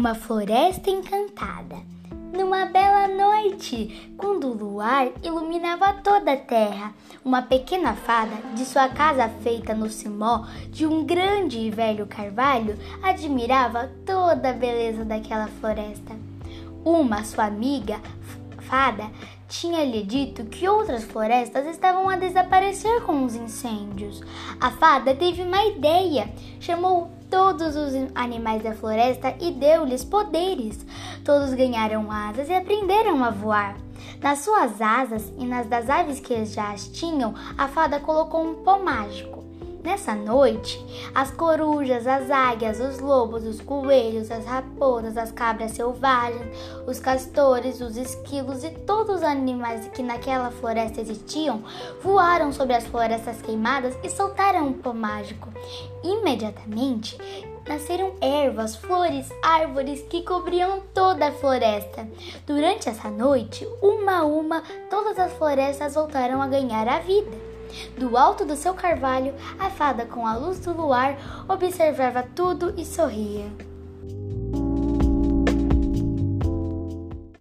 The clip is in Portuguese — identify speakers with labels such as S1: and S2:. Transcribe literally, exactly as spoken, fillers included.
S1: Uma floresta encantada. Numa bela noite, quando o luar iluminava toda a terra, uma pequena fada, de sua casa feita no cimó de um grande e velho carvalho, admirava toda a beleza daquela floresta. Uma, sua amiga fada, tinha-lhe dito que outras florestas estavam a desaparecer com os incêndios. A fada teve uma ideia, chamou todos os animais da floresta e deu-lhes poderes. Todos ganharam asas e aprenderam a voar. Nas suas asas e nas das aves que já as tinham, a fada colocou um pó mágico. Nessa noite, as corujas, as águias, os lobos, os coelhos, as raposas, as cabras selvagens, os castores, os esquilos e todos os animais que naquela floresta existiam voaram sobre as florestas queimadas e soltaram o pó mágico. Imediatamente, nasceram ervas, flores, árvores que cobriam toda a floresta. Durante essa noite, uma a uma, todas as florestas voltaram a ganhar a vida. Do alto do seu carvalho, a fada, com a luz do luar, observava tudo e sorria.